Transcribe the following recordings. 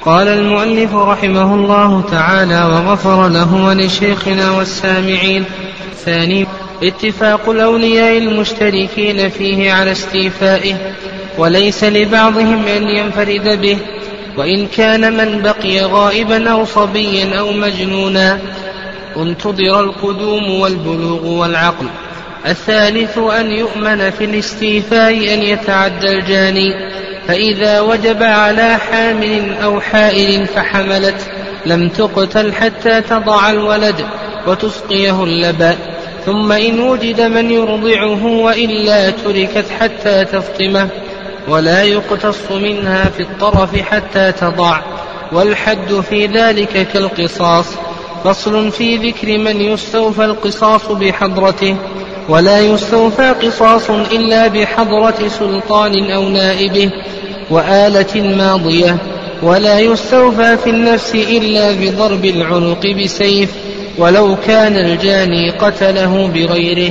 قال المؤلف رحمه الله تعالى وغفر له ولشيخنا والسامعين. ثاني اتفاق الأولياء المشتركين فيه على استيفائه، وليس لبعضهم أن ينفرد به، وإن كان من بقي غائبا أو صبيا أو مجنونا انتظر القدوم والبلوغ والعقل. الثالث أن يؤمن في الاستيفاء أن يتعدى الجاني، فإذا وجب على حامل أو حائل فحملت لم تقتل حتى تضع الولد وتسقيه اللبن، ثم إن وجد من يرضعه وإلا تركت حتى تفطمه، ولا يقتص منها في الطرف حتى تضع، والحد في ذلك كالقصاص. فصل في ذكر من يستوفى القصاص بحضرته، ولا يستوفى قصاص إلا بحضرة سلطان أو نائبه وآلة ماضية، ولا يستوفى في النفس إلا بضرب العنق بسيف ولو كان الجاني قتله بغيره.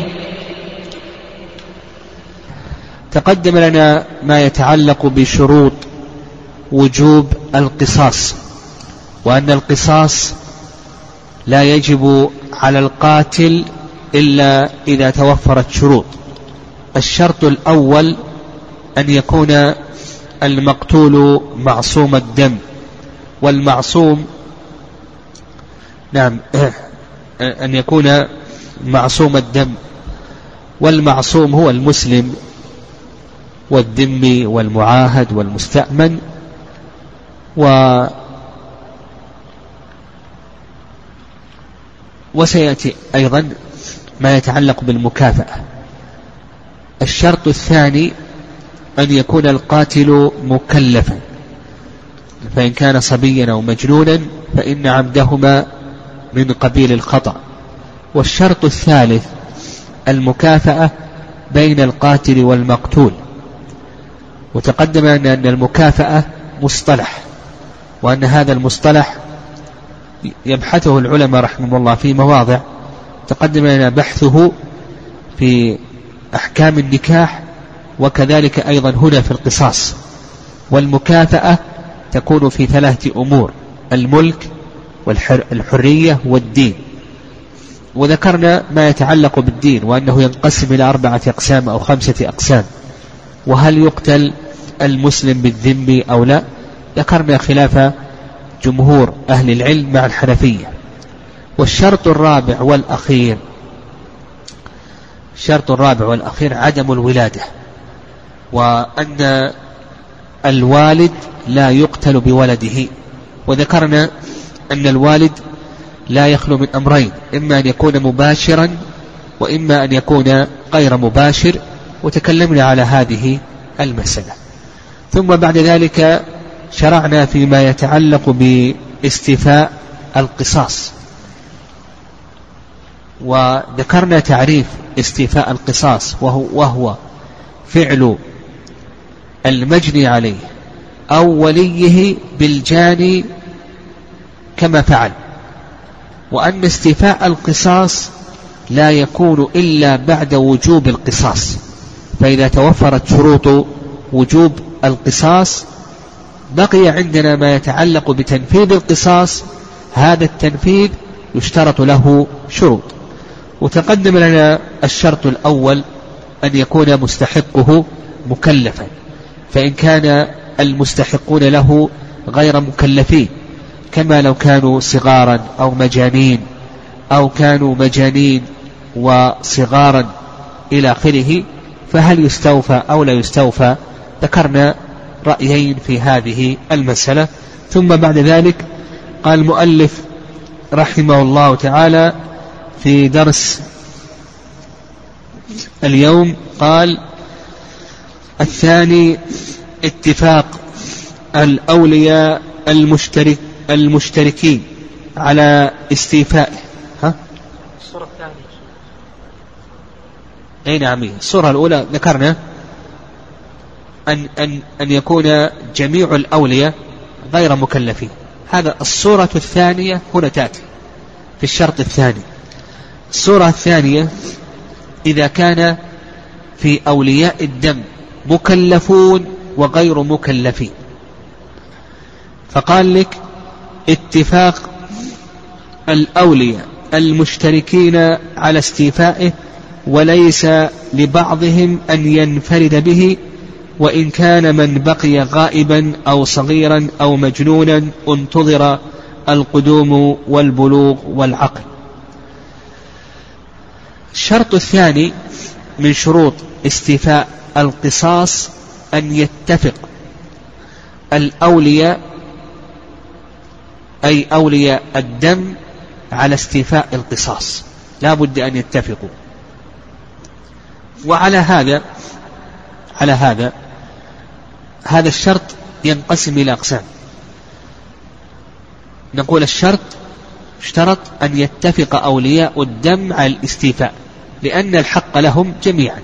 تقدم لنا ما يتعلق بشروط وجوب القصاص، وأن القصاص لا يجب على القاتل إلا إذا توفرت شروط. الشرط الأول أن يكون المقتول معصوم الدم، والمعصوم أن يكون معصوم الدم، والمعصوم هو المسلم والذمي والمعاهد والمستأمن. وسيأتي أيضا ما يتعلق بالمكافأة. الشرط الثاني أن يكون القاتل مكلفا، فإن كان صبيا أو مجنونا فإن عمدهما من قبيل الخطأ. والشرط الثالث المكافأة بين القاتل والمقتول. وتقدم أن المكافأة مصطلح، وأن هذا المصطلح يبحثه العلماء رحمه الله في مواضع، تقدم لنا بحثه في أحكام النكاح، وكذلك أيضا هنا في القصاص. والمكافأة تكون في 3 أمور: الملك والحرية والدين. وذكرنا ما يتعلق بالدين، وأنه ينقسم إلى 4 أقسام أو 5 أقسام. وهل يقتل المسلم بالذم أو لا؟ ذكرنا خلاف جمهور أهل العلم مع الحنفية. والشرط الرابع والأخير عدم الولادة، وأن الوالد لا يقتل بولده. وذكرنا أن الوالد لا يخلو من أمرين: إما أن يكون مباشرا وإما أن يكون غير مباشر، وتكلمنا على هذه المسألة. ثم بعد ذلك شرعنا فيما يتعلق باستيفاء القصاص، وذكرنا تعريف استيفاء القصاص، وهو فعل المجني عليه أو وليه بالجاني كما فعل، وأن استيفاء القصاص لا يكون إلا بعد وجوب القصاص. فإذا توفرت شروط وجوب القصاص بقي عندنا ما يتعلق بتنفيذ القصاص. هذا التنفيذ يشترط له شروط. وتقدم لنا الشرط الأول أن يكون مستحقه مكلفا، فإن كان المستحقون له غير مكلفين، كما لو كانوا صغارا أو مجانين، أو كانوا مجانين وصغارا إلى آخره، فهل يستوفى أو لا يستوفى؟ ذكرنا رأيين في هذه المسألة. ثم بعد ذلك قال المؤلف رحمه الله تعالى في درس اليوم، قال: الثاني اتفاق الأولياء المشتركين على استيفائه. الصورة الثانية. أي نعم، الصورة الأولى ذكرنا أن يكون جميع الأولياء غير مكلفين. هذا الصورة الثانية هنا تأتي في الشرط الثاني. الصورة الثانية إذا كان في أولياء الدم مكلفون وغير مكلفين. فقال لك اتفاق الأولياء المشتركين على استيفائه وليس لبعضهم أن ينفرد به، وإن كان من بقي غائبا أو صغيرا أو مجنونا انتظر القدوم والبلوغ والعقل. الشرط الثاني من شروط استيفاء القصاص أن يتفق الأولياء أي أولياء الدم على استيفاء القصاص، لا بد أن يتفقوا. وعلى هذا الشرط ينقسم إلى أقسام. نقول الشرط اشترط أن يتفق أولياء الدم على الاستيفاء لأن الحق لهم جميعا.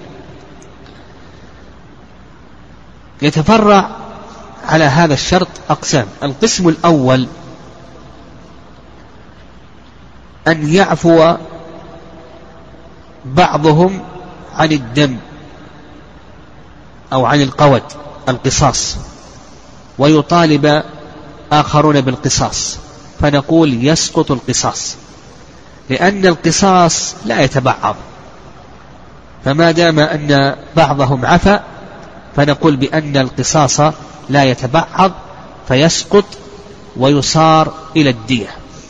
يتفرع على هذا الشرط أقسام. القسم الأول أن يعفو بعضهم عن الدم أو عن القصاص ويطالب آخرون بالقصاص، فنقول يسقط القصاص لأن القصاص لا يتبعض، فما دام أن بعضهم عفى فنقول بأن القصاص لا يتبعض فيسقط ويصار إلى الدية.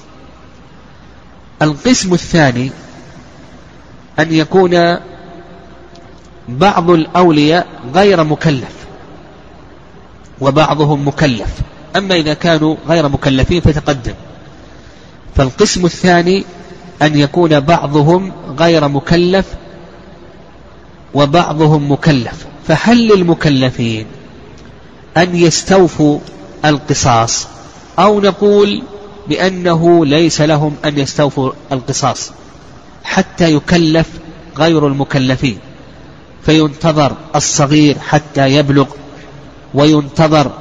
القسم الثاني أن يكون بعض الأولياء غير مكلف وبعضهم مكلف، أما إذا كانوا غير مكلفين فتقدم. فالقسم الثاني أن يكون بعضهم غير مكلف وبعضهم مكلف، فهل للمكلفين أن يستوفوا القصاص أو نقول بأنه ليس لهم أن يستوفوا القصاص حتى يكلف غير المكلفين، فينتظر الصغير حتى يبلغ وينتظر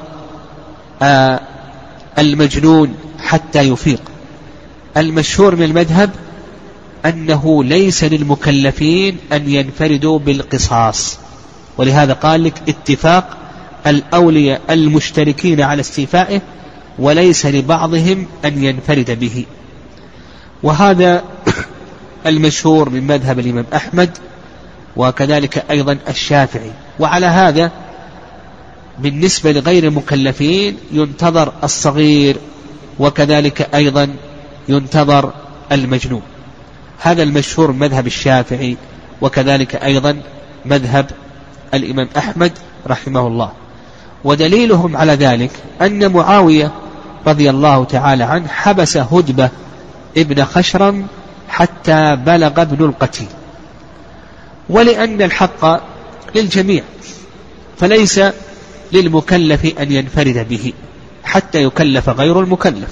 المجنون حتى يفيق؟ المشهور من المذهب أنه ليس للمكلفين أن ينفردوا بالقصاص، ولهذا قال لك اتفاق الأولياء المشتركين على استيفائه وليس لبعضهم أن ينفرد به. وهذا المشهور من مذهب الإمام أحمد وكذلك أيضا الشافعي. وعلى هذا بالنسبة لغير المكلفين ينتظر الصغير وكذلك أيضا ينتظر المجنون. هذا المشهور مذهب الشافعي وكذلك أيضا مذهب الإمام أحمد رحمه الله. ودليلهم على ذلك أن معاوية رضي الله تعالى عنه حبس هدبة ابن خشرم حتى بلغ ابن القتيل، ولأن الحق للجميع فليس للمكلف أن ينفرد به حتى يكلف غير المكلف.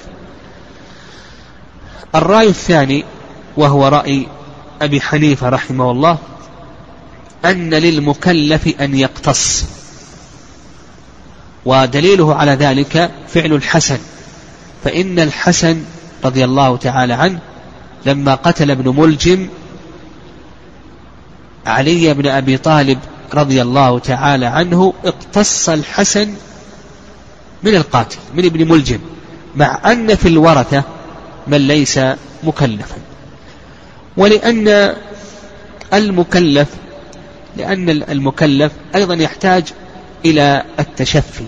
الرأي الثاني وهو رأي أبي حنيفة رحمه الله أن للمكلف أن يقتص، ودليله على ذلك فعل الحسن، فإن الحسن رضي الله تعالى عنه لما قتل ابن ملجم علي بن أبي طالب رضي الله تعالى عنه اقتص الحسن من القاتل من ابن ملجم، مع أن في الورثة من ليس مكلفا. ولأن المكلف أيضا يحتاج إلى التشفي.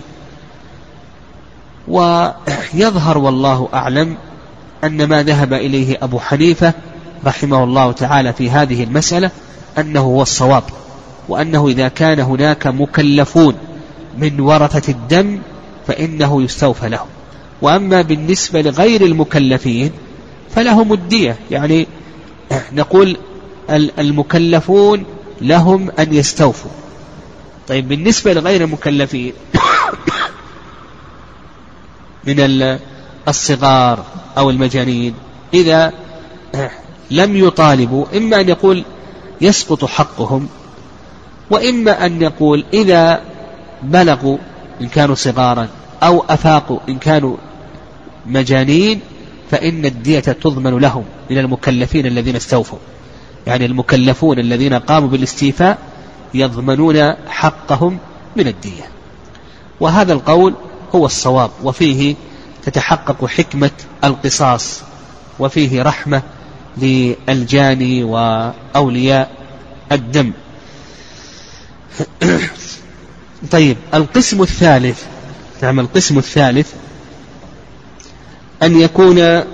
ويظهر والله أعلم أن ما ذهب إليه أبو حنيفة رحمه الله تعالى في هذه المسألة أنه هو الصواب، وأنه إذا كان هناك مكلفون من ورثة الدم فإنه يستوفى لهم. وأما بالنسبة لغير المكلفين فلهم الدية، يعني نقول المكلفون لهم أن يستوفوا. طيب بالنسبة لغير المكلفين من الصغار أو المجانين إذا لم يطالبوا إما أن يقول يسقط حقهم، وإما أن يقول إذا بلغوا إن كانوا صغارا أو أفاقوا إن كانوا مجانين فإن الدية تضمن لهم من المكلفين الذين استوفوا، يعني المكلفون الذين قاموا بالاستيفاء يضمنون حقهم من الدية. وهذا القول هو الصواب، وفيه تتحقق حكمة القصاص وفيه رحمة للجاني وأولياء الدم. طيب القسم الثالث، نعم القسم الثالث أن يكون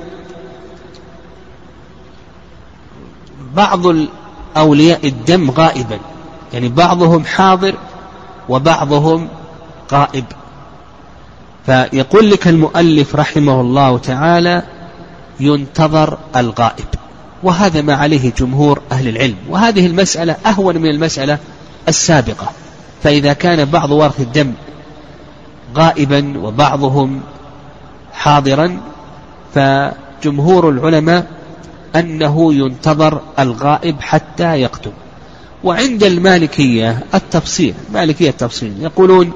بعض أولياء الدم غائبا، يعني بعضهم حاضر وبعضهم غائب. فيقول لك المؤلف رحمه الله تعالى ينتظر الغائب، وهذا ما عليه جمهور أهل العلم، وهذه المسألة أهون من المسألة السابقة. فإذا كان بعض ورث الدم غائبا وبعضهم حاضرا فجمهور العلماء أنه ينتظر الغائب حتى يكتب. وعند المالكية التفصيل، مالكية التفصيل يقولون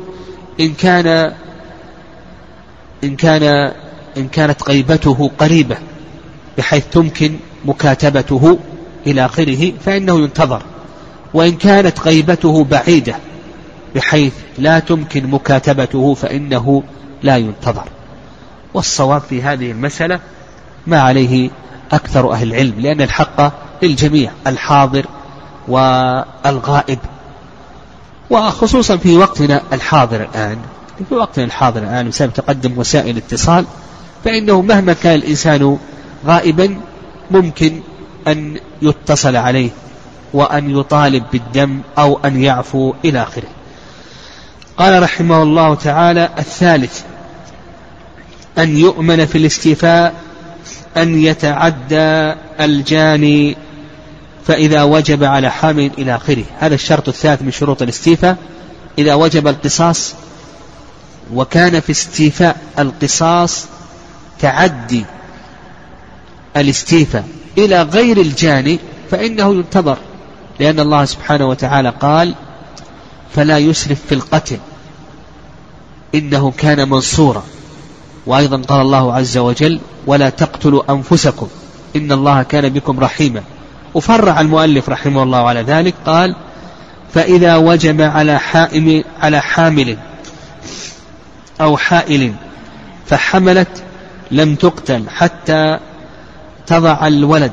إن كانت غيبته قريبة بحيث تمكن مكاتبته إلى آخره فإنه ينتظر، وإن كانت غيبته بعيدة بحيث لا تمكن مكاتبته فإنه لا ينتظر. والصواب في هذه المسألة ما عليه أكثر أهل العلم، لأن الحق للجميع الحاضر والغائب، وخصوصا في وقتنا الحاضر الآن بسبب تقدم وسائل الاتصال، فإنه مهما كان الإنسان غائبا ممكن أن يتصل عليه وأن يطالب بالدم أو أن يعفو إلى آخره. قال رحمه الله تعالى الثالث أن يؤمن في الاستيفاء أن يتعدى الجاني فإذا وجب على حامل إلى آخره. هذا الشرط الثالث من شروط الاستيفاء. إذا وجب القصاص وكان في استيفاء القصاص تعدي الاستيفاء إلى غير الجاني فإنه ينتظر، لأن الله سبحانه وتعالى قال فلا يسرف في القتل إنه كان منصورا. وأيضا قال الله عز وجل ولا تقتلوا أنفسكم إن الله كان بكم رحيما. وفرع المؤلف رحمه الله على ذلك قال فإذا وجب على حامل أو حائل فحملت لم تقتل حتى تضع الولد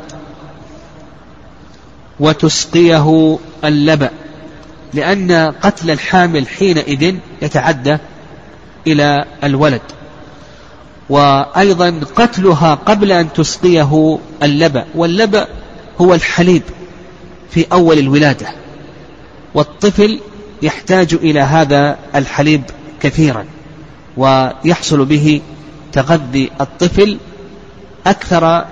وتسقيه اللبن، لأن قتل الحامل حينئذ يتعدى إلى الولد. وأيضا قتلها قبل أن تسقيه اللبن، واللبن هو الحليب في أول الولادة، والطفل يحتاج إلى هذا الحليب كثيرا، ويحصل به تغذي الطفل أكثر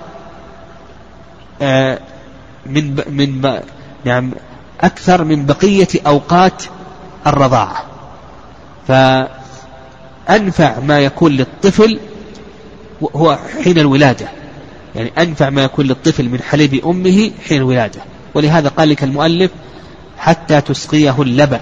أكثر من بقية أوقات الرضاعة. فأنفع ما يكون للطفل هو حين الولادة، يعني أنفع ما يكون للطفل من حليب أمه حين الولادة. ولهذا قال لك المؤلف حتى تسقيه اللبن.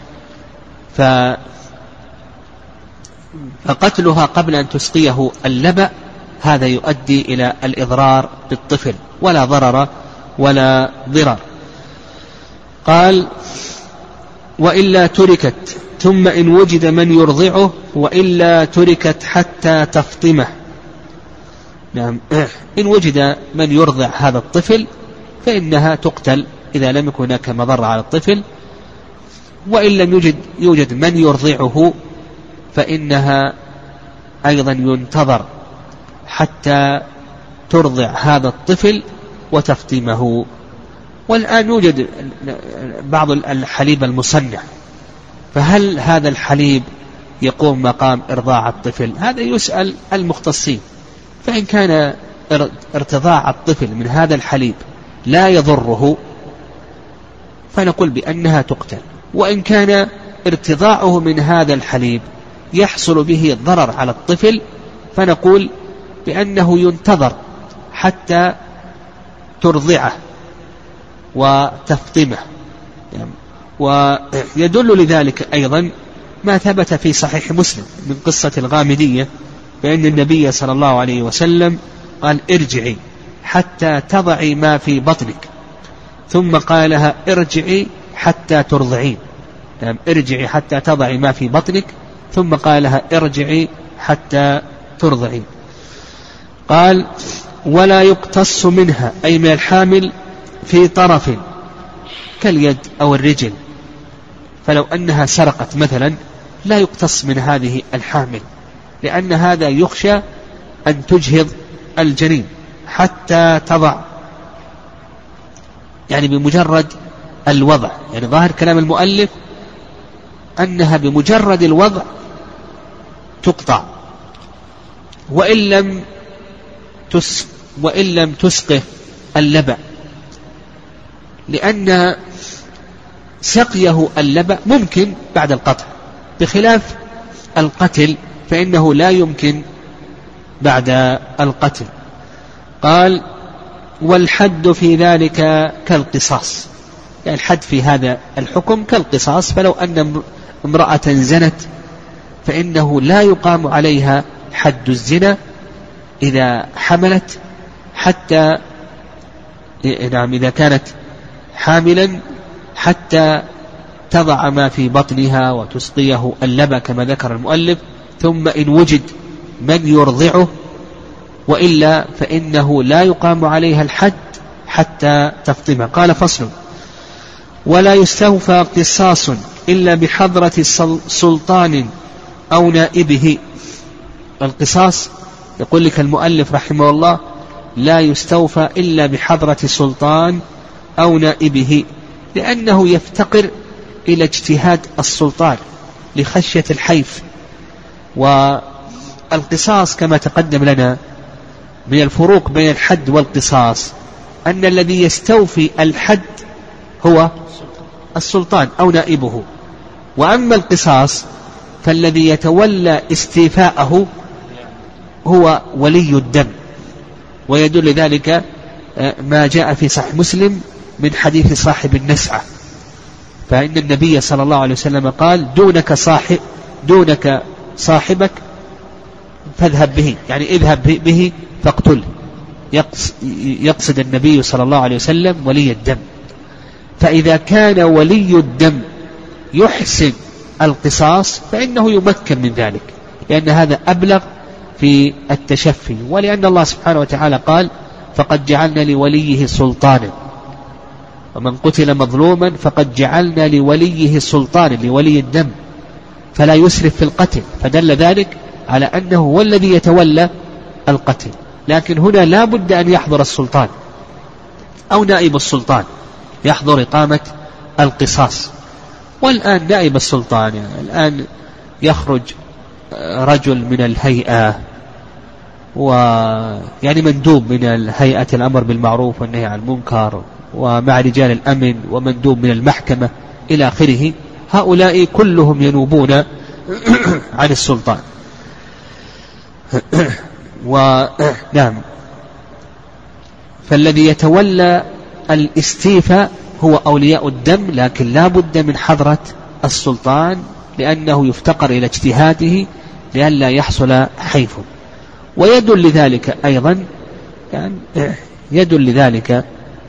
فقتلها قبل أن تسقيه اللبن هذا يؤدي إلى الإضرار بالطفل، ولا ضرر ولا ضرر. قال وإلا تركت ثم إن وجد من يرضعه وإلا تركت حتى تفطمه. نعم، إن وجد من يرضع هذا الطفل فإنها تقتل إذا لم يكن هناك مضر على الطفل، وإن لم يوجد من يرضعه فإنها أيضا ينتظر حتى ترضع هذا الطفل وتفطمه. والآن يوجد بعض الحليب المصنع، فهل هذا الحليب يقوم مقام إرضاع الطفل؟ هذا يسأل المختصين. فإن كان ارتضاع الطفل من هذا الحليب لا يضره فنقول بأنها تقتل، وإن كان ارتضاعه من هذا الحليب يحصل به ضرر على الطفل فنقول بأنه ينتظر حتى ترضعه وتفطمه. ويدل لذلك أيضا ما ثبت في صحيح مسلم من قصة الغامدية، بأن النبي صلى الله عليه وسلم قال ارجعي حتى تضعي ما في بطنك، ثم قال لها ارجعي حتى ترضعين. ارجعي حتى تضعي ما في بطنك، ثم قال لها ارجعي حتى ترضعين. قال ولا يقتص منها أي من الحامل في طرف كاليد أو الرجل، فلو أنها سرقت مثلا لا يقتص من هذه الحامل، لأن هذا يخشى أن تجهض الجنين حتى تضع، يعني بمجرد الوضع، يعني ظاهر كلام المؤلف أنها بمجرد الوضع تقطع، وإن لم تسقه اللبن، لأن سقيه اللبن ممكن بعد القطع، بخلاف القتل فإنه لا يمكن بعد القتل. قال والحد في ذلك كالقصاص، يعني الحد في هذا الحكم كالقصاص، فلو أن امرأة زنت فإنه لا يقام عليها حد الزنا إذا حملت حتى، نعم إذا كانت حاملا حتى تضع ما في بطنها وتسقيه اللبن كما ذكر المؤلف، ثم إن وجد من يرضعه، وإلا فإنه لا يقام عليها الحد حتى تفطمه. قال فصل ولا يستوفى قصاص إلا بحضرة سلطان أو نائبه. القصاص يقول لك المؤلف رحمه الله لا يستوفى إلا بحضرة سلطان أو نائبه، لأنه يفتقر إلى اجتهاد السلطان لخشية الحيف. والقصاص كما تقدم لنا من الفروق بين الحد والقصاص أن الذي يستوفي الحد هو السلطان أو نائبه، وأما القصاص فالذي يتولى استيفاءه هو ولي الدم. ويدل ذلك ما جاء في صحيح مسلم من حديث صاحب النسعة، فإن النبي صلى الله عليه وسلم قال دونك صاحبك فاذهب به، يعني اذهب به فاقتله، يقصد النبي صلى الله عليه وسلم ولي الدم. فإذا كان ولي الدم يحسن القصاص فإنه يمكن من ذلك، لأن هذا أبلغ في التشفي، ولأن الله سبحانه وتعالى قال فقد جعلنا لوليه سلطانا، ومن قتل مظلوما فقد جعلنا لوليه سلطانا، لولي الدم، فلا يسرف في القتل، فدل ذلك على أنه هو الذي يتولى القتل. لكن هنا لا بد أن يحضر السلطان أو نائب السلطان يحضر إقامة القصاص. والآن نائب السلطان، يعني الآن يخرج رجل من الهيئة، ويعني مندوب من الهيئة الأمر بالمعروف والنهي عن المنكر، ومع رجال الأمن، ومندوب من المحكمة إلى آخره، هؤلاء كلهم ينوبون عن السلطان. ونعم، فالذي يتولى الاستيفاء هو أولياء الدم، لكن لا بد من حضرة السلطان لأنه يفتقر إلى اجتهاده لئلا يحصل حيف. ويدل لذلك أيضا، يعني يدل لذلك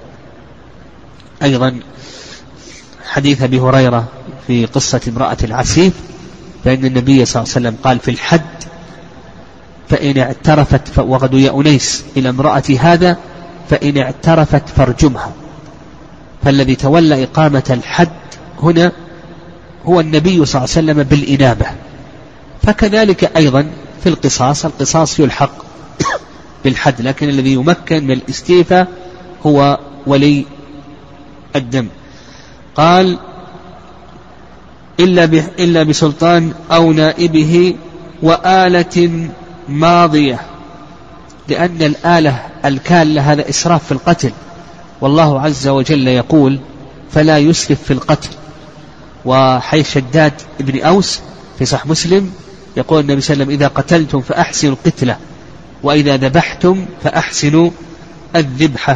أيضا حديث أبي هريرة في قصة امرأة العسيف، فإن النبي صلى الله عليه وسلم قال في الحد فإن اعترفت، وغدو يا أنيس إلى امرأة هذا فإن اعترفت فارجمها. فالذي تولى إقامة الحد هنا هو النبي صلى الله عليه وسلم بالإنابة. فكذلك أيضا في القصاص، القصاص يلحق بالحد، لكن الذي يمكن من الاستيفاء هو ولي الدم. قال إلا بسلطان أو نائبه وآلة ماضية، لأن الآلة الكالة هذا إسراف في القتل، والله عز وجل يقول فلا يسرف في القتل. وحيث شداد ابن أوس في صحيح مسلم يقول النبي صلى الله عليه وسلم إذا قتلتم فأحسنوا القتلة، وإذا ذبحتم فأحسنوا الذبحة.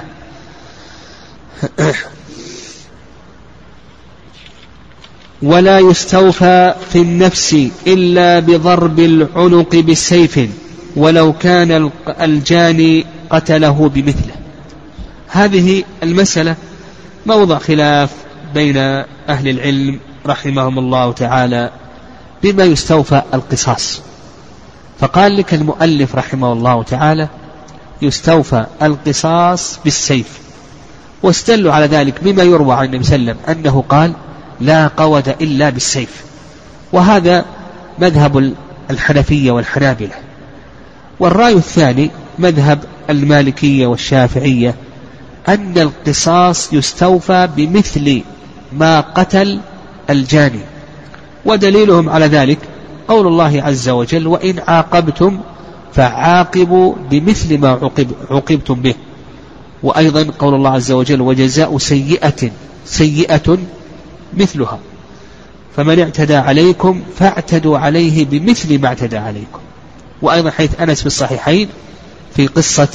ولا يستوفى في النفس إلا بضرب العنق بالسيف ولو كان الجاني قتله بمثله. هذه المسألة موضع خلاف بين أهل العلم رحمهم الله تعالى بما يستوفى القصاص. فقال لك المؤلف رحمه الله تعالى يستوفى القصاص بالسيف، واستدلوا على ذلك بما يروى عن النبي صلى الله عليه وسلم أنه قال لا قود إلا بالسيف، وهذا مذهب الحنفية والحنابلة. والرأي الثاني مذهب المالكية والشافعية أن القصاص يستوفى بمثل ما قتل الجاني، ودليلهم على ذلك قول الله عز وجل وإن عاقبتم فعاقبوا بمثل ما عوقبتم به، وأيضا قول الله عز وجل وجزاء سيئة مثلها فمن اعتدى عليكم فاعتدوا عليه بمثل ما اعتدى عليكم. وأيضا حيث أنس في الصحيحين في قصة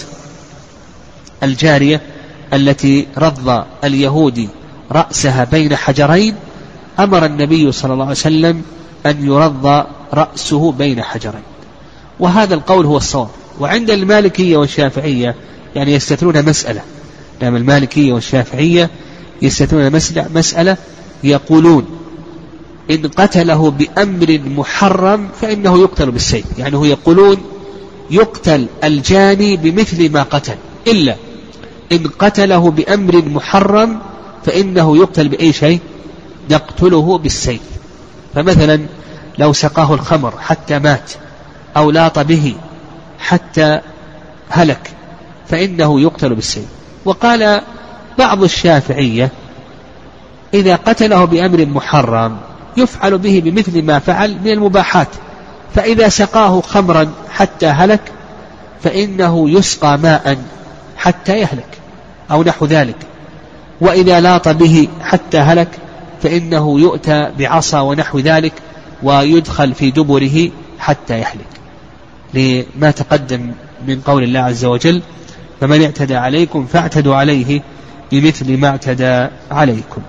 الجارية التي رض اليهودي رأسها بين حجرين، أمر النبي صلى الله عليه وسلم أن يرض رأسه بين حجرين، وهذا القول هو الصواب. وعند المالكية والشافعية يعني يستثنون مسألة، نعم المالكية والشافعية يستثنون مسألة يقولون إن قتله بأمر محرم فإنه يقتل بالسيف، يعني هو يقولون يقتل الجاني بمثل ما قتل، إلا إن قتله بأمر محرم فإنه يقتل بأي شيء، يقتله بالسيف. فمثلا لو سقاه الخمر حتى مات أو لاط به حتى هلك فإنه يقتل بالسيف. وقال بعض الشافعية إذا قتله بأمر محرم يفعل به بمثل ما فعل من المباحات، فإذا سقاه خمرا حتى هلك فإنه يسقى ماء حتى يهلك أو نحو ذلك، وإذا لاط به حتى هلك فإنه يؤتى بعصا ونحو ذلك ويدخل في دبره حتى يهلك، لما تقدم من قول الله عز وجل فمن اعتدى عليكم فاعتدوا عليه بمثل ما اعتدى عليكم.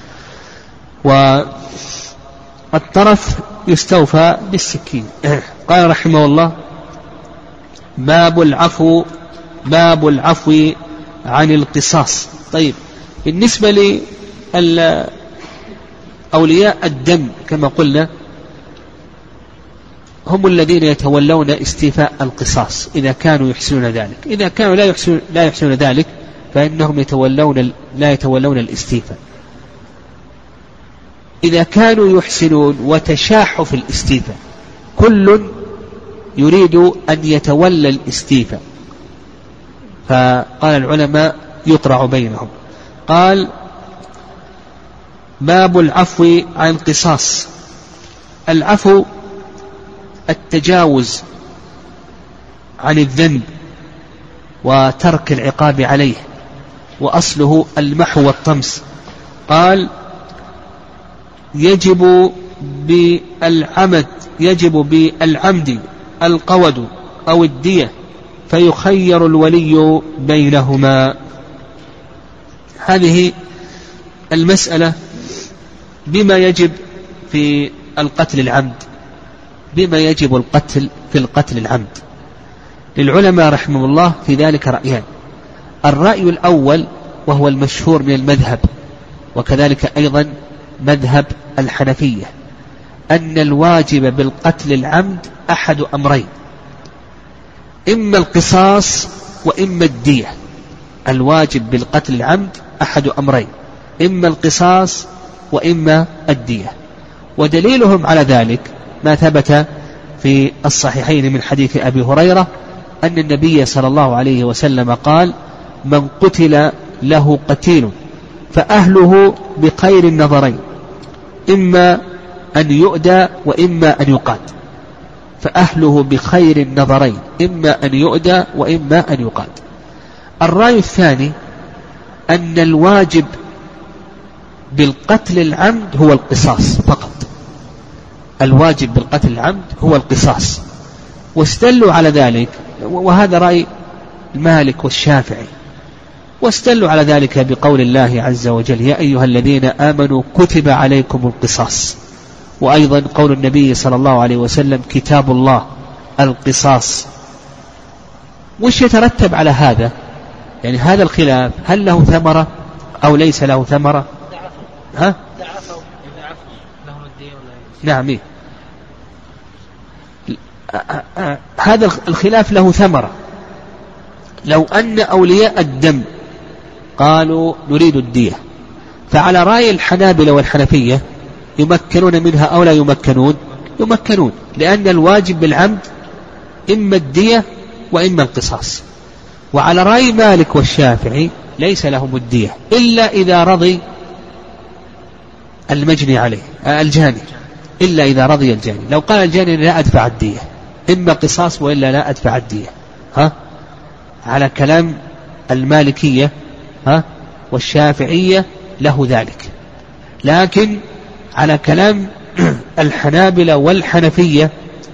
والطرف يستوفى بالسكين. قال رحمه الله باب العفو عن القصاص. طيب، بالنسبة لأولياء الدم كما قلنا هم الذين يتولون استيفاء القصاص إذا كانوا يحسنون ذلك، إذا كانوا لا يحسنون ذلك فإنهم لا يتولون الاستيفاء. إذا كانوا يحسنون وتشاحوا في الاستيفاء كل يريد أن يتولى الاستيفاء، فقال العلماء يطرع بينهم. قال باب العفو عن القصاص. العفو التجاوز عن الذنب وترك العقاب عليه، وأصله المحو والطمس. قال يجب بالعمد القود أو الدية فيخير الولي بينهما. هذه المسألة بما يجب في القتل العمد، بما يجب القتل في القتل العمد. للعلماء رحمه الله في ذلك رأيان. الرأي الأول وهو المشهور من المذهب وكذلك أيضا مذهب الحنفية أن الواجب بالقتل العمد أحد أمرين، إما القصاص وإما الدية. الواجب بالقتل العمد أحد أمرين، إما القصاص وإما الدية. ودليلهم على ذلك ما ثبت في الصحيحين من حديث أبي هريرة أن النبي صلى الله عليه وسلم قال من قتل له قتيل فأهله بخير النظرين إما أن يؤدى وإما أن يقاد، فأهله بخير النظرين إما أن يؤدى وإما أن يقاد. الرأي الثاني أن الواجب بالقتل العمد هو القصاص فقط، الواجب بالقتل العمد هو القصاص. واستدلوا على ذلك، وهذا رأي المالك والشافعي، واستدلوا على ذلك بقول الله عز وجل يا أيها الذين آمنوا كتب عليكم القصاص، وأيضا قول النبي صلى الله عليه وسلم كتاب الله القصاص. وش يترتب على هذا؟ يعني هذا الخلاف هل له ثمرة أو ليس له ثمرة؟ ها؟ نعم. هذا الخلاف له ثمرة. لو أن أولياء الدم قالوا نريد الدية، فعلى رأي الحنابلة والحنفية يمكنون منها أو لا يمكنون؟ يمكنون، لأن الواجب بالعمد إما الدية وإما القصاص. وعلى رأي مالك والشافعي ليس لهم الدية إلا إذا رضي المجني عليه الجاني، إلا إذا رضي الجاني. لو قال الجاني لا أدفع الدية، إما قصاص وإلا لا أدفع الدية، على كلام المالكية والشافعية له ذلك. لكن على كلام الحنابلة والحنفية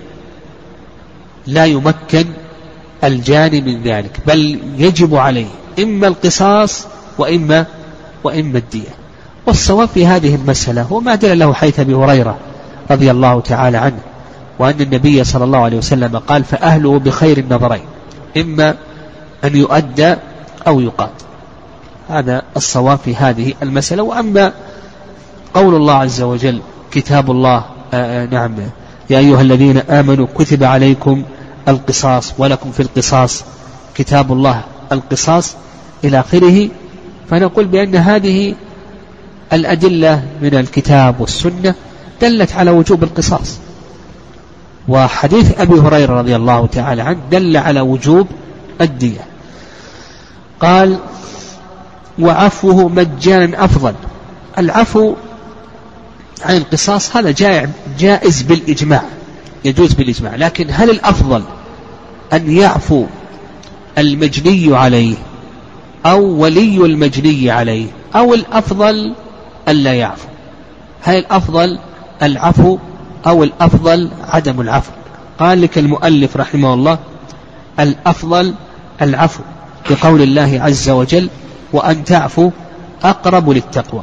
لا يمكن الجاني من ذلك، بل يجب عليه إما القصاص وإما الدية. والصواب في هذه المسألة هو ما دل له حديث أبي هريرة رضي الله تعالى عنه، وأن النبي صلى الله عليه وسلم قال فأهله بخير النظرين، إما أن يؤدى أو يقاد. هذا الصواب في هذه المسألة. وأما قول الله عز وجل كتاب الله نعم يا أيها الذين آمنوا كتب عليكم القصاص ولكم في القصاص كتاب الله القصاص إلى آخره، فنقول بأن هذه الأدلة من الكتاب والسنة دلت على وجوب القصاص. وحديث أبي هريرة رضي الله تعالى عنه دل على وجوب الدية. قال وعفوه مجانا أفضل. العفو عن القصاص هذا جائز بالإجماع، يجوز بالإجماع، لكن هل الأفضل أن يعفو المجني عليه أو ولي المجني عليه، أو الأفضل ألا يعفو؟ هل الأفضل العفو أو الأفضل عدم العفو؟ قال لك المؤلف رحمه الله الأفضل العفو، بقول الله عز وجل وأن تعفو أقرب للتقوى.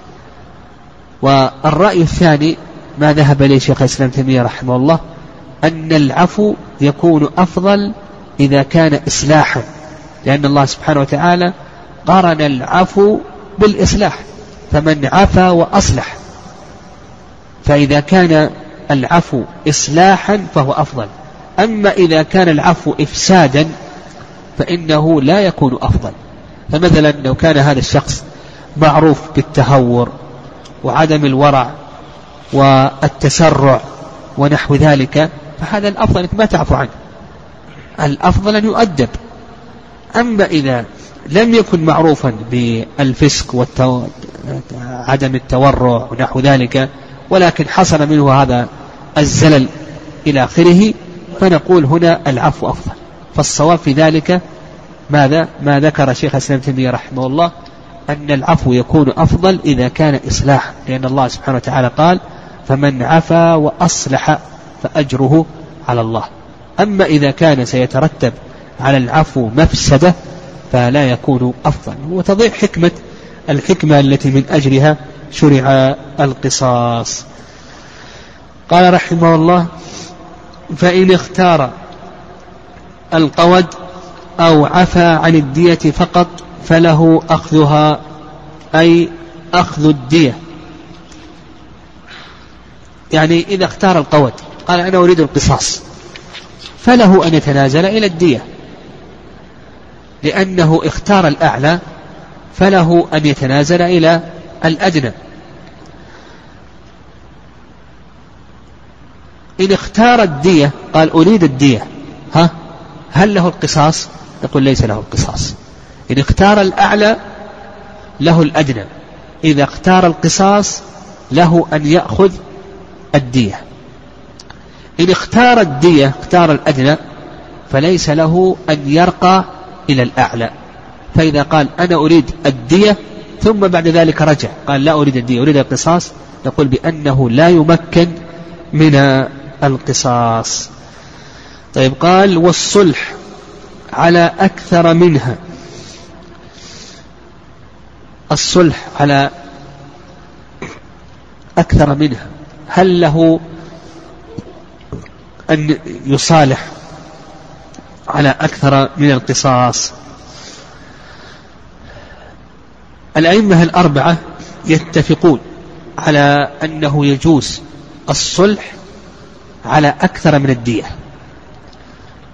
والرأي الثاني ما ذهب إليه شيخ الإسلام تيمية رحمه الله أن العفو يكون أفضل إذا كان إصلاحا، لأن الله سبحانه وتعالى قارن العفو بالإصلاح، فمن عفا وأصلح، فإذا كان العفو إصلاحا فهو أفضل. أما إذا كان العفو إفسادا فإنه لا يكون أفضل. فمثلا لو كان هذا الشخص معروف بالتهور وعدم الورع والتسرع ونحو ذلك، فهذا الأفضل أنك ما تعفو عنه، الأفضل أن يؤدب. أما إذا لم يكن معروفا بالفسق وعدم التورع ونحو ذلك، ولكن حصل منه هذا الزلل إلى آخره، فنقول هنا العفو أفضل. فالصواب في ذلك ماذا؟ ما ذكر شيخ الإسلام تيمية رحمه الله أن العفو يكون أفضل إذا كان إصلاح، لأن الله سبحانه وتعالى قال فمن عفا وأصلح فأجره على الله. أما إذا كان سيترتب على العفو مفسدة فلا يكون أفضل، وتضيع الحكمة التي من أجلها شرع القصاص. قال رحمه الله فإن اختار القود أو عفا عن الدية فقط فله أخذها، أي أخذ الدية. يعني إذا اختار القود قال أنا أريد القصاص فله أن يتنازل إلى الدية، لأنه اختار الأعلى فله أن يتنازل إلى الأدنى. إن اختار الدية قال أريد الدية، هل له القصاص؟ نقول ليس له القصاص. إن اختار الأعلى له الأدنى، إذا اختار القصاص له أن يأخذ الدية. إن اختار الدية اختار الأدنى فليس له أن يرقى إلى الأعلى. فإذا قال أنا أريد الدية ثم بعد ذلك رجع قال لا أريد الدية أريد القصاص، نقول بأنه لا يمكن من القصاص. طيب قال والصلح على أكثر منها. الصلح على أكثر منها، هل له أن يصالح على أكثر من القصاص؟ الأئمة الأربعة يتفقون على أنه يجوز الصلح على أكثر من الدية،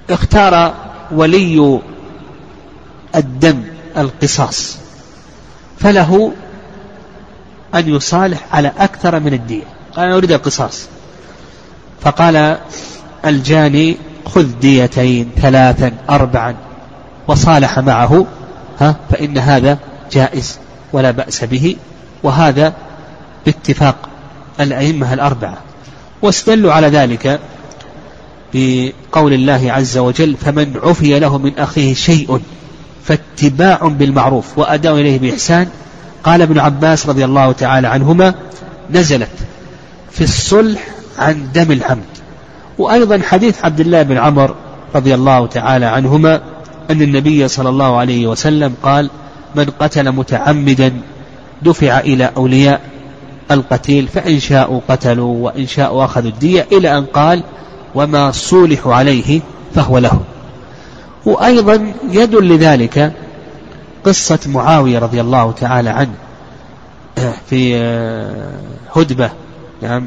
اختار ولي الدم القصاص فله أن يصالح على أكثر من الدية. قال أنا أريد القصاص، فقال الجاني خذ 2 3 4 وصالح معه فإن هذا جائز ولا بأس به، وهذا باتفاق الأئمة الأربعة. واستدلوا على ذلك بقول الله عز وجل فمن عفي له من أخيه شيء فاتباع بالمعروف وأداء إليه بإحسان. قال ابن عباس رضي الله تعالى عنهما نزلت في الصلح عن دم العمد. وأيضا حديث عبد الله بن عمر رضي الله تعالى عنهما أن النبي صلى الله عليه وسلم قال من قتل متعمدا دفع إلى أولياء القتيل فإن شاءوا قتلوا وإن شاءوا أخذوا الدية، إلى أن قال وما صولحوا عليه فهو له. وأيضا يدل لذلك قصة معاوية رضي الله تعالى عنه في هدبة، نعم،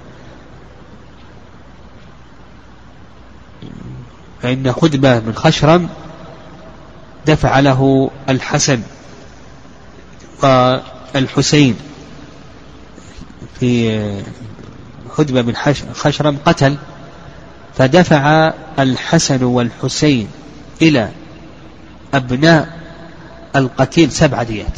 فإن هدبة من خشرم دفع له الحسن والحسين في هدبة من خشرم قتل، فدفع الحسن والحسين إلى أبناء القتيل 7 ديات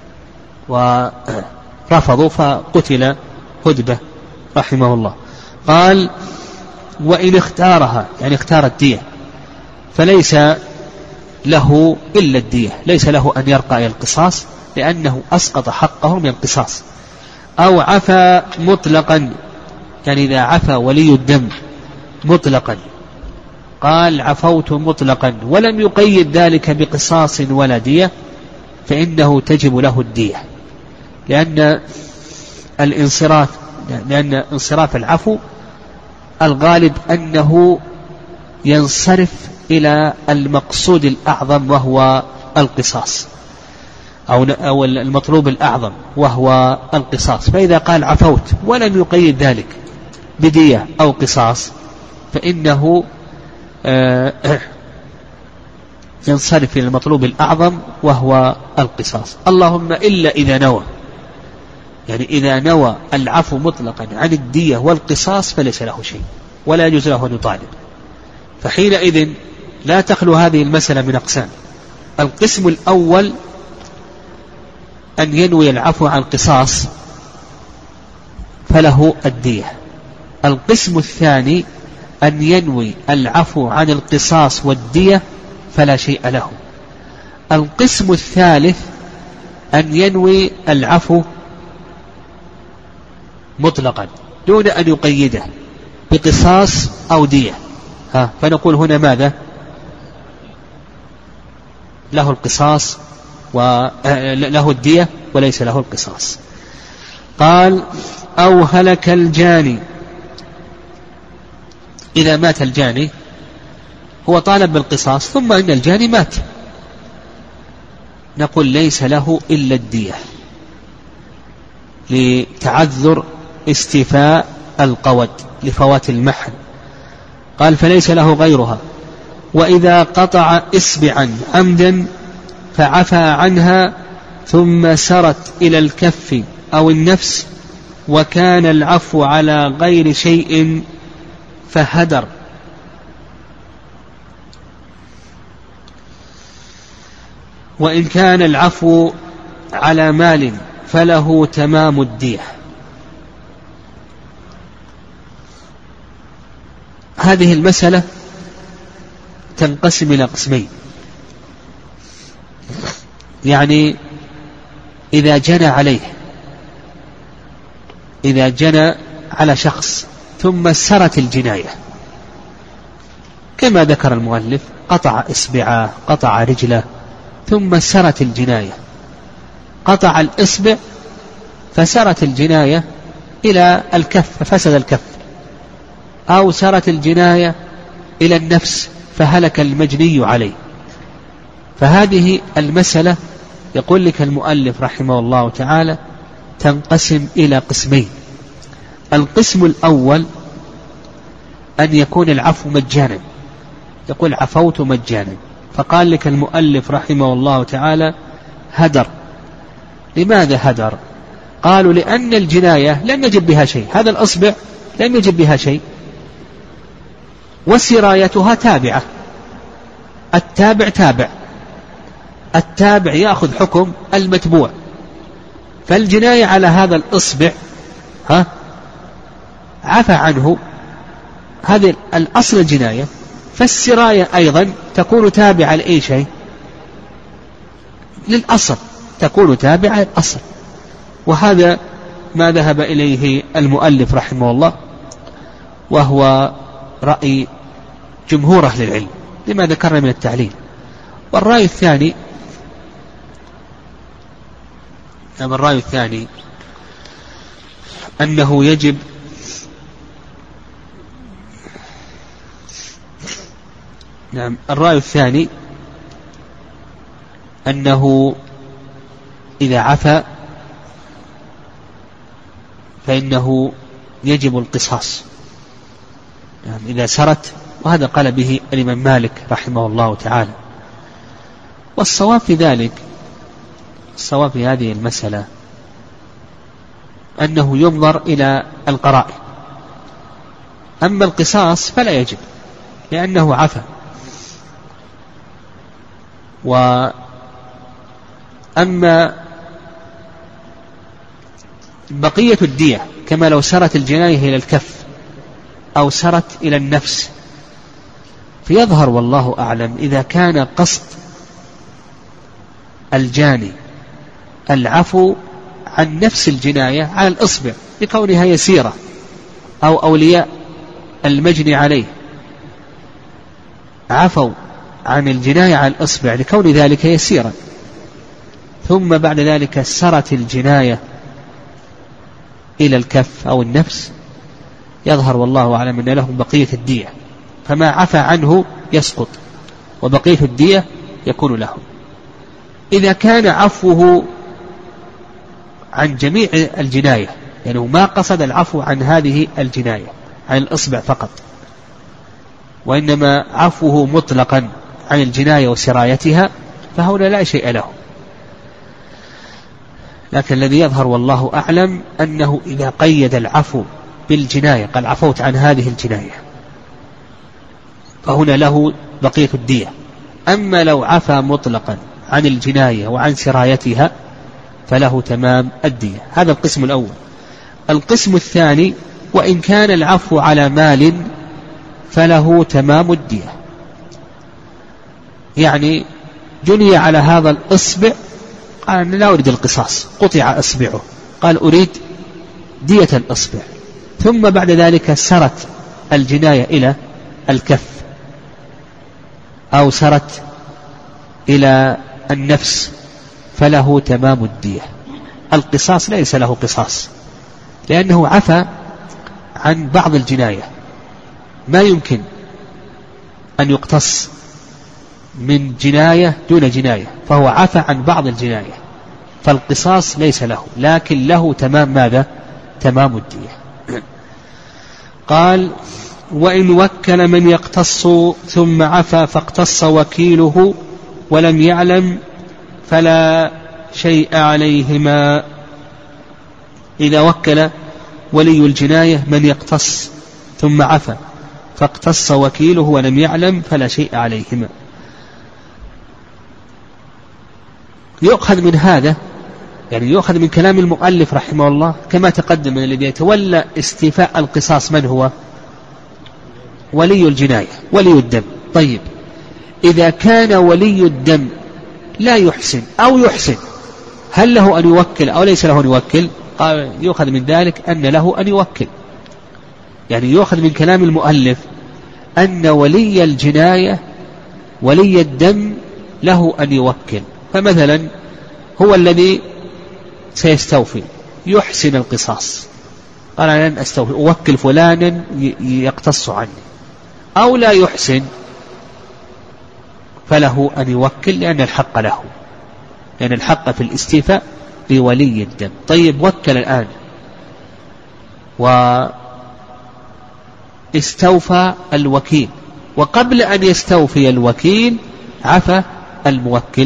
ورفضوا فقتل هدبة رحمه الله. قال وإن اختارها يعني اختار الدية فليس له إلا الدية، ليس له أن يرقى إلى القصاص لأنه أسقط حقه من القصاص. أو عفى مطلقا، يعني إذا عفى ولي الدم مطلقا قال عفوت مطلقا ولم يقيد ذلك بقصاص ولا دية فإنه تجب له الدية، لأن انصراف العفو الغالب أنه ينصرف إلى المقصود الأعظم وهو القصاص، أو المطلوب الأعظم وهو القصاص. فإذا قال عفوت ولم يقيد ذلك بدية أو قصاص فإنه ينصرف إلى المطلوب الأعظم وهو القصاص. اللهم إلا إذا نوى، يعني إذا نوى العفو مطلقا عن الدية والقصاص فليس له شيء ولا يجوز له أن يطالب، فحينئذ لا تخلو هذه المسألة من أقسام. القسم الأول أن ينوي العفو عن القصاص فله الدية. القسم الثاني أن ينوي العفو عن القصاص والدية فلا شيء له. القسم الثالث أن ينوي العفو مطلقا دون أن يقيده بقصاص أو دية، فنقول هنا ماذا؟ له القصاص وله الدية وليس له القصاص. قال أو هلك الجاني، إذا مات الجاني هو طالب بالقصاص ثم إن الجاني مات، نقول ليس له إلا الدية لتعذر استيفاء القود لفوات المحل. قال فليس له غيرها. وإذا قطع إصبعا عمدا فعفى عنها ثم سرت إلى الكف أو النفس وكان العفو على غير شيء فهدر. وإن كان العفو على مال فله تمام الدية. هذه المسألة تنقسم إلى قسمين، يعني إذا جنى على شخص ثم سرت الجناية كما ذكر المؤلف، قطع إصبعه قطع رجله ثم سرت الجناية، قطع الإصبع فسرت الجناية إلى الكف ففسد الكف، أو سرت الجناية إلى النفس فهلك المجني عليه. فهذه المسألة يقول لك المؤلف رحمه الله تعالى تنقسم إلى قسمين. القسم الأول أن يكون العفو مجانا، يقول عفوت مجانا. فقال لك المؤلف رحمه الله تعالى هدر. لماذا هدر؟ قالوا لأن الجناية لم يجب بها شيء، هذا الأصبع لم يجب بها شيء، وسرايتها تابعة، التابع تابع، التابع يأخذ حكم المتبوع، فالجناية على هذا الأصبع عفى عنه، هذا الأصل الجناية. فالسراية أيضا تكون تابعة لأي شيء؟ للأصل، تكون تابعة للأصل. وهذا ما ذهب إليه المؤلف رحمه الله، وهو رأي جمهور أهل العلم لما ذكرنا من التعليل. والرأي الثاني أنه يجب الرأي الثاني أنه إذا عفى فإنه يجب القصاص، إذا سرت، وهذا قال به الإمام مالك رحمه الله تعالى. والصواب في ذلك، الصواب في هذه المسألة أنه ينظر إلى القرائن، أما القصاص فلا يجب لأنه عفى. وأما بقية الدية كما لو سرت الجناية إلى الكف أو سرت إلى النفس، فيظهر والله أعلم إذا كان قصد الجاني العفو عن نفس الجناية على الإصبع لكونها يسيرة، أو أولياء المجني عليه عفوا عن الجناية على الإصبع لكون ذلك يسيرا، ثم بعد ذلك سرت الجناية إلى الكف أو النفس، يظهر والله أعلم أن لهم بقية الدية، فما عفى عنه يسقط وبقية الدية يكون لهم. إذا كان عفوه عن جميع الجناية، يعني ما قصد العفو عن هذه الجناية عن الإصبع فقط، وإنما عفوه مطلقا عن الجناية وسرايتها، فهنا لا شيء له. لكن الذي يظهر والله أعلم أنه إذا قيد العفو بالجناية، قال عفوت عن هذه الجناية، فهنا له بقية الدية. أما لو عفى مطلقا عن الجناية وعن سرايتها فله تمام الدية. هذا القسم الأول. القسم الثاني: وإن كان العفو على مال فله تمام الدية، يعني جني على هذا الإصبع، قال أنا لا أريد القصاص، قطع إصبعه، قال أريد دية الإصبع، ثم بعد ذلك سرت الجناية إلى الكف أو سرت إلى النفس فله تمام الدية. القصاص ليس له قصاص لأنه عفى عن بعض الجناية، ما يمكن أن يقتص من جناية دون جناية، فهو عفى عن بعض الجناية، فالقصاص ليس له، لكن له تمام ماذا؟ تمام الدية. قال: وإن وكل من يقتص ثم عفى فاقتص وكيله ولم يعلم فلا شيء عليهما. إذا وكل ولي الجناية من يقتص ثم عفى فاقتص وكيله ولم يعلم فلا شيء عليهما. يؤخذ من هذا، يعني يؤخذ من كلام المؤلف رحمه الله كما تقدم، من الذي يتولى استيفاء القصاص من هو؟ ولي الجناية، ولي الدم. طيب، إذا كان ولي الدم لا يحسن أو يحسن، هل له أن يوكل أو ليس له أن يوكل؟ قال يؤخذ من ذلك أن له أن يوكل، يعني يؤخذ من كلام المؤلف أن ولي الجناية ولي الدم له أن يوكل. فمثلا هو الذي سيستوفي يحسن القصاص، قال أنا لن أستوفي، أوكل فلانا يقتص عني، أو لا يحسن فله أن يوكل لأن الحق له، لأن الحق في الاستيفاء بولي الدم. طيب، وكل الآن واستوفى الوكيل وقبل أن يستوفي الوكيل عفى الموكل.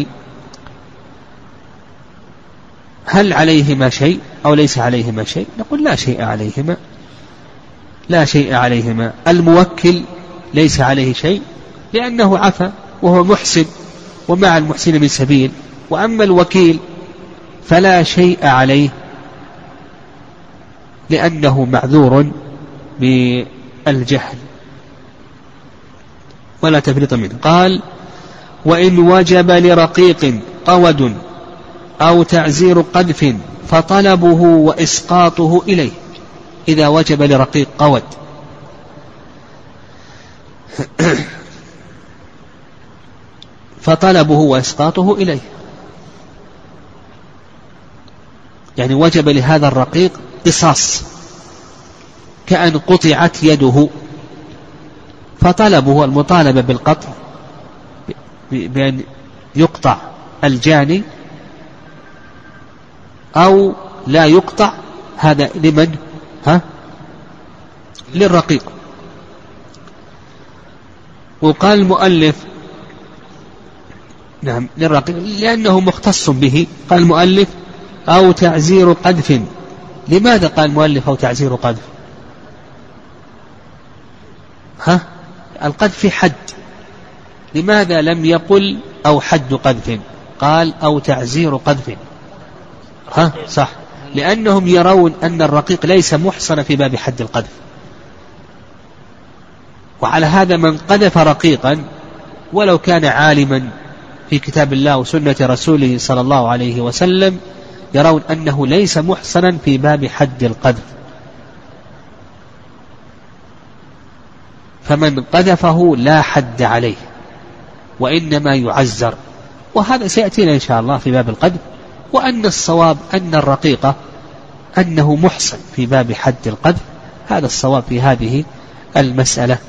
هل عليهما شيء أو ليس عليهما شيء؟ نقول لا شيء عليهما، لا شيء عليهما. الموكل ليس عليه شيء لأنه عفى وهو محسن ومع المحسن من سبيل، وأما الوكيل فلا شيء عليه لأنه معذور بالجهل ولا تفريط منه. قال: وإن وجب لرقيق قود أو تعزير قذف فطلبه وإسقاطه إليه. إذا وجب لرقيق قود فطلبه وإسقاطه إليه، يعني وجب لهذا الرقيق قصاص كأن قطعت يده، فطلبه المطالبة بالقطع بأن يقطع الجاني أو لا يقطع، هذا لمن؟ للرقيق. وقال المؤلف نعم للرقيق لأنه مختص به. قال المؤلف: أو تعزير قذف. لماذا قال المؤلف أو تعزير قذف؟ القذف في حد، لماذا لم يقل أو حد قذف؟ قال أو تعزير قذف. صح، لأنهم يرون أن الرقيق ليس محصن في باب حد القذف، وعلى هذا من قذف رقيقا ولو كان عالما في كتاب الله وسنة رسوله صلى الله عليه وسلم يرون أنه ليس محصنا في باب حد القذف، فمن قذفه لا حد عليه وإنما يعزر. وهذا سيأتينا إن شاء الله في باب القذف، وأن الصواب أن الرقيقة أنه محصن في باب حد القذف، هذا الصواب في هذه المسألة.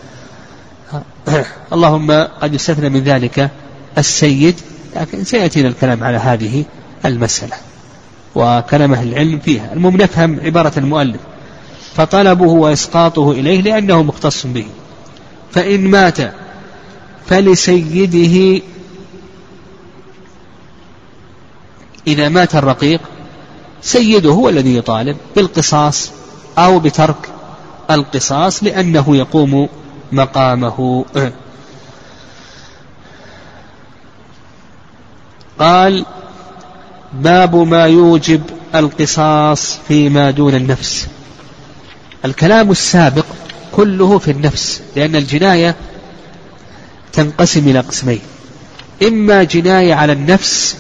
اللهم قد يستثنى من ذلك السيد، لكن سيأتينا الكلام على هذه المسألة وكلام أهل العلم فيها. المهم نفهم عبارة المؤلف: فطلبه وإسقاطه إليه لأنه مختص به. فإن مات فلسيده. إذا مات الرقيق سيده هو الذي يطالب بالقصاص أو بترك القصاص لأنه يقوم مقامه. قال: باب ما يوجب القصاص فيما دون النفس. الكلام السابق كله في النفس، لأن الجناية تنقسم إلى قسمين: إما جناية على النفس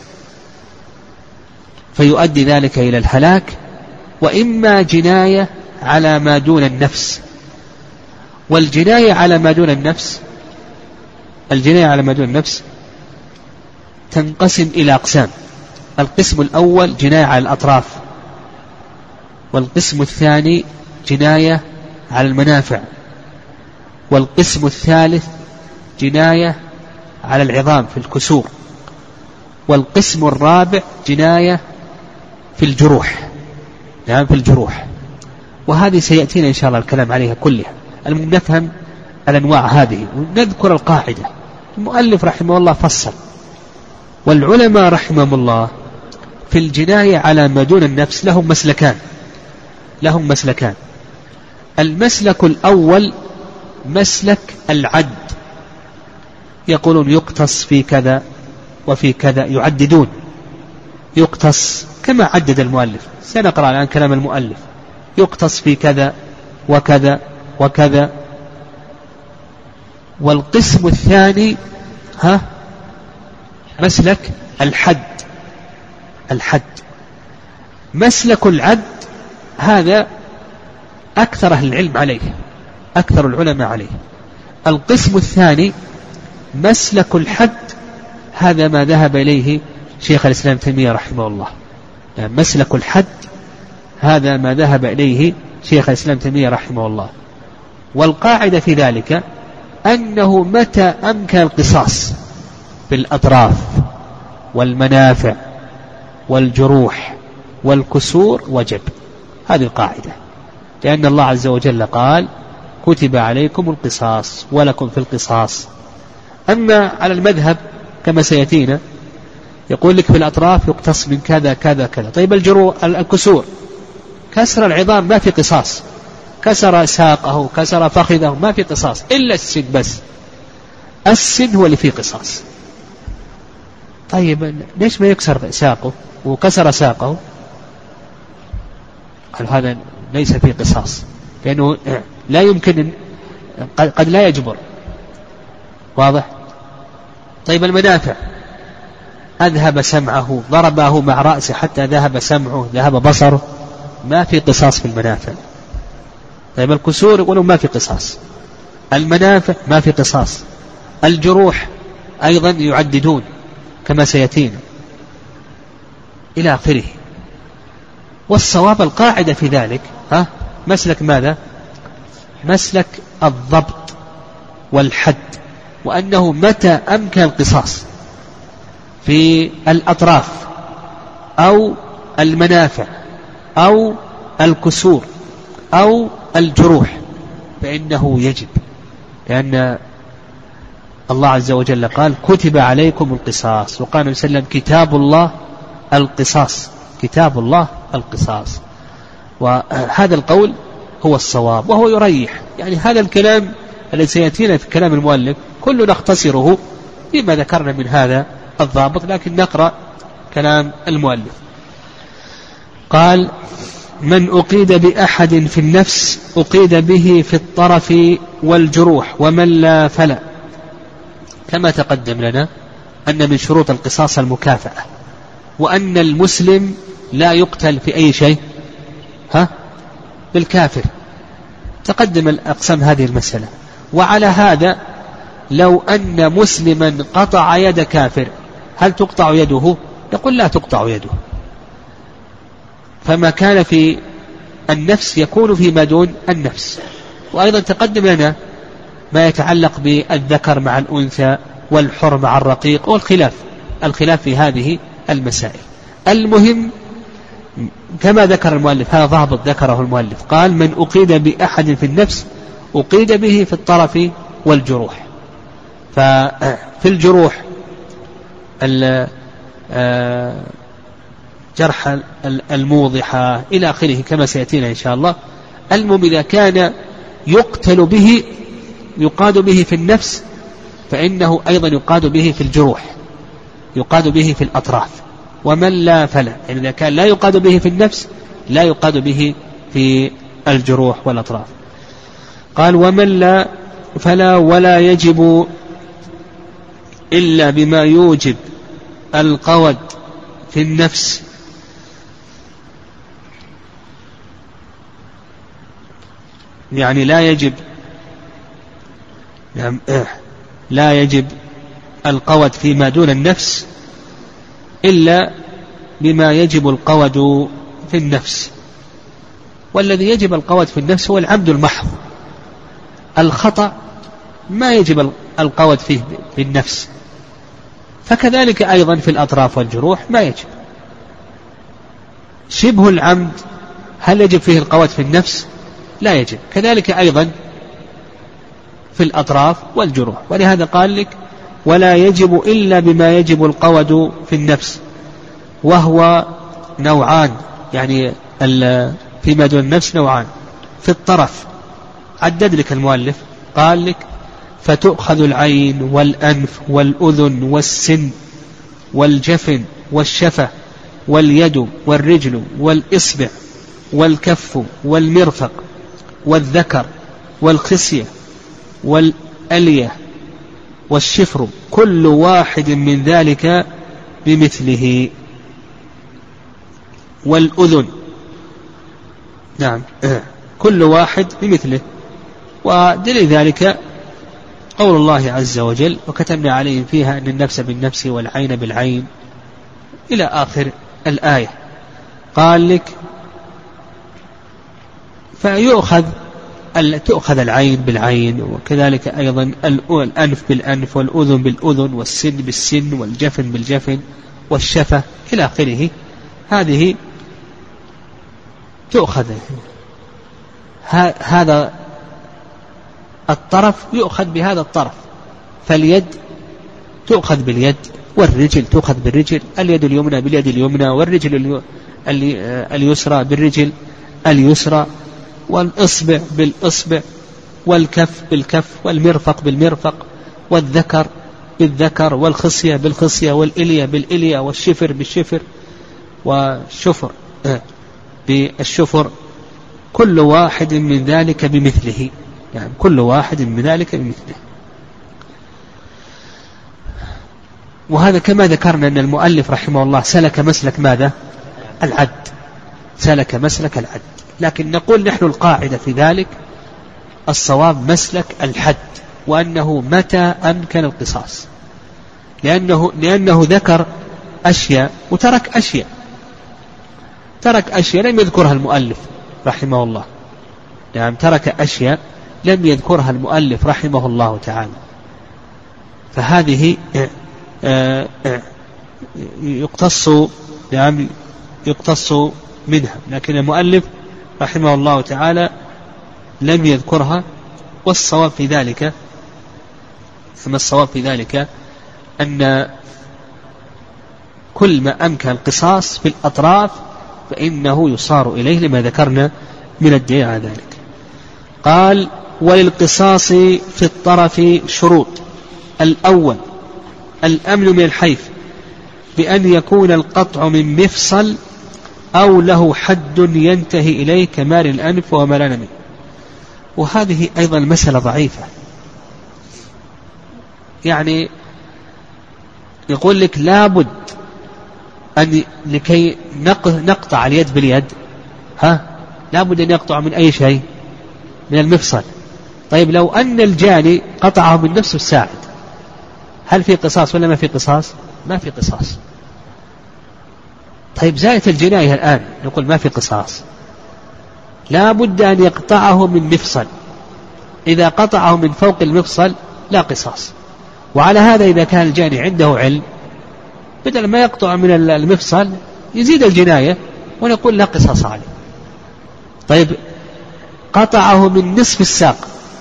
فيؤدي ذلك إلى الهلاك، وإما جناية على ما دون النفس. والجناية على ما دون النفس، الجناية على ما دون النفس تنقسم إلى أقسام: القسم الأول جناية على الأطراف، والقسم الثاني جناية على المنافع، والقسم الثالث جناية على العظام في الكسور، والقسم الرابع جناية في الجروح، يعني في الجروح. وهذه سيأتينا إن شاء الله الكلام عليها كلها. المهم نفهم الأنواع هذه ونذكر القاعدة. المؤلف رحمه الله فصل، والعلماء رحمهم الله في الجناية على ما دون النفس لهم مسلكان. المسلك الأول مسلك العد، يقولون يقتص في كذا وفي كذا، يعددون، يقتص كما عدد المؤلف. سنقرأ الآن كلام المؤلف: يقتص في كذا وكذا وكذا. والقسم الثاني مسلك الحد. مسلك العد هذا أكثر أهل العلم عليه، أكثر العلماء عليه. القسم الثاني مسلك الحد، هذا ما ذهب إليه شيخ الإسلام تيمية رحمه الله. يعني مسلك الحد هذا ما ذهب إليه شيخ الإسلام تيمية رحمه الله. والقاعدة في ذلك أنه متى أمكن القصاص بالأطراف والمنافع والجروح والكسور وجب. هذه القاعدة، لأن الله عز وجل قال: كتب عليكم القصاص ولكم في القصاص. أما على المذهب كما سيأتينا يقول لك في الأطراف يقتص من كذا كذا كذا. طيب الكسور كسر العظام ما في قصاص، كسر ساقه كسر فخذه ما في قصاص إلا السن بس، السن هو اللي فيه قصاص. طيب ليش ما يكسر ساقه وكسر ساقه؟ قال هذا ليس فيه قصاص لأنه لا يمكن، قد لا يجبر. واضح؟ طيب المنافع أذهب سمعه، ضربه مع رأسه حتى ذهب سمعه ذهب بصره، ما في قصاص في المنافع. طيب الكسور يقولون ما في قصاص، المنافع ما في قصاص، الجروح أيضا يعددون كما سيأتينا إلى آخره. والصواب القاعدة في ذلك مسلك ماذا؟ مسلك الضبط والحد، وأنه متى أمكن القصاص في الأطراف أو المنافع أو الكسور أو الجروح فإنه يجب، لأن الله عز وجل قال كتب عليكم القصاص، وقال النبي صلى الله عليه وسلم كتاب الله القصاص، كتاب الله القصاص. وهذا القول هو الصواب وهو يريح. يعني هذا الكلام الذي سيأتينا في كلام المؤلف كله نختصره فيما ذكرنا من هذا الضابط، لكن نقرأ كلام المؤلف. قال من أقيد بأحد في النفس أقيد به في الطرف والجروح ومن لا فلا. كما تقدم لنا أن من شروط القصاص المكافأة، وأن المسلم لا يقتل في أي شيء بالكافر. تقدم الأقسام هذه المسألة. وعلى هذا لو أن مسلما قطع يد كافر هل تقطع يده؟ يقول لا تقطع يده. فما كان في النفس يكون فيما دون النفس. وأيضا تقدم لنا ما يتعلق بالذكر مع الأنثى والحر مع الرقيق والخلاف في هذه المسائل. المهم كما ذكر المؤلف، هذا ضابط ذكره المؤلف، قال من أقيد بأحد في النفس أقيد به في الطرف والجروح. ففي الجروح جرح الموضحة إلى آخره كما سيأتينا إن شاء الله. المهم إذا كان يقتل به يقاد به في النفس فإنه أيضا يقاد به في الجروح، يقاد به في الأطراف. ومن لا فلا، يعني إذا كان لا يقاد به في النفس لا يقاد به في الجروح والأطراف. قال ومن لا فلا ولا يجب إلا بما يوجب القود في النفس. يعني لا يجب القود فيما دون النفس إلا بما يجب القود في النفس. والذي يجب القود في النفس هو العمد المحض. الخطأ ما يجب القود فيه في النفس، فكذلك أيضا في الأطراف والجروح ما يجب. شبه العمد هل يجب فيه القود في النفس؟ لا يجب. كذلك أيضا في الأطراف والجروح. ولهذا قال لك ولا يجب إلا بما يجب القود في النفس، وهو نوعان، يعني فيما دون النفس نوعان. في الطرف عدد لك المؤلف، قال لك فتؤخذ العين والأنف والأذن والسن والجفن والشفة واليد والرجل والإصبع والكف والمرفق والذكر والخصية والألية والشفر، كل واحد من ذلك بمثله. والأذن نعم كل واحد بمثله. ودليل ذلك قول الله عز وجل وكتبنا عليهم فيها أن النفس بالنفس والعين بالعين إلى آخر الآية. قال لك تؤخذ العين بالعين، وكذلك أيضا الأنف بالأنف والأذن بالأذن والسن بالسن والجفن بالجفن والشفة إلى آخره. هذه تؤخذ. هذا الطرف يؤخذ بهذا الطرف، فاليد تؤخذ باليد، والرجل تؤخذ بالرجل، اليد اليمنى باليد اليمنى، والرجل اليسرى بالرجل اليسرى، والإصبع بالإصبع، والكف بالكف، والمرفق بالمرفق، والذكر بالذكر، والخصية بالخصية، والإلية بالإلية، والشفر بالشفر، والشفر بالشفر، كل واحد من ذلك بمثله، يعني كل واحد من ذلك بمثله. وهذا كما ذكرنا أن المؤلف رحمه الله سلك مسلك ماذا؟ العد، سلك مسلك العد، لكن نقول نحن القاعدة في ذلك الصواب مسلك الحد، وأنه متى أمكن القصاص، لأنه ذكر أشياء وترك أشياء، ترك أشياء لم يذكرها المؤلف رحمه الله، يعني ترك أشياء لم يذكرها المؤلف رحمه الله تعالى، فهذه يقتص منها، لكن المؤلف رحمه الله تعالى لم يذكرها. والصواب في ذلك أن كل ما أمكن القصاص في الأطراف فإنه يصار إليه، لما ذكرنا من الدليل على ذلك. قال: وللقصاص في الطرف شروط: الأول الأمن من الحيف، بأن يكون القطع من مفصل أو له حد ينتهي إليه كمال الأنف وما لا منه. وهذه أيضا مسألة ضعيفة، يعني يقول لك لابد أن لكي نقطع اليد باليد لابد أن يقطع من أي شيء، من المفصل. طيب لو أن الجاني قطعه من نفس الساعد، هل في قصاص ولا ما في قصاص؟ ما في قصاص. طيب زاية الجناية الآن نقول ما في قصاص، لا بد أن يقطعه من مفصل، إذا قطعه من فوق المفصل لا قصاص. وعلى هذا إذا كان الجاني عنده علم، بدل ما يقطع من المفصل يزيد الجناية ونقول لا قصاص عليه. طيب قطعه من نصف الساق،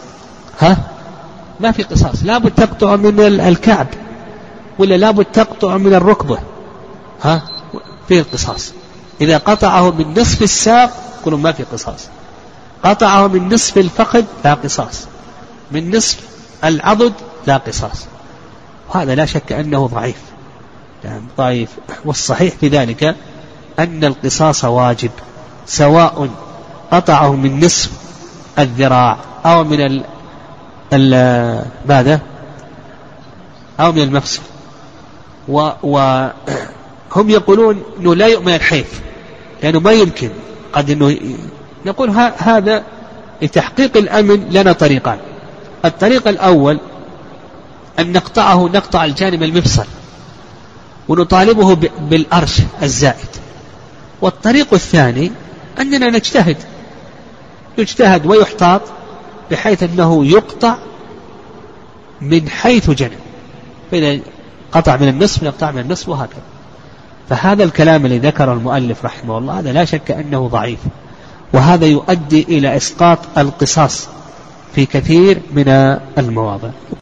ما في قصاص، لا بد تقطع من الكعب، ولا لا بد تقطع من الركبة، فيه القصاص. إذا قطعه من نصف الساق يقولون ما في قصاص، قطعه من نصف الفخذ لا قصاص، من نصف العضد لا قصاص. وهذا لا شك أنه ضعيف، يعني ضعيف. والصحيح في ذلك أن القصاص واجب، سواء قطعه من نصف الذراع أو من ماذا أو من المفصل. وهم يقولون أنه لا يؤمن الحيف، لأنه ما يمكن قد أنه نقول هذا لتحقيق الأمن لنا طريقان. الطريق الأول أن نقطع الجانب المفصل ونطالبه بالأرش الزائد. والطريق الثاني أننا نجتهد ويحتاط بحيث أنه يقطع من حيث جنب، فإذا قطع من النصف يقطع من النصف، وهكذا. فهذا الكلام الذي ذكر المؤلف رحمه الله هذا لا شك أنه ضعيف، وهذا يؤدي إلى إسقاط القصاص في كثير من المواضع.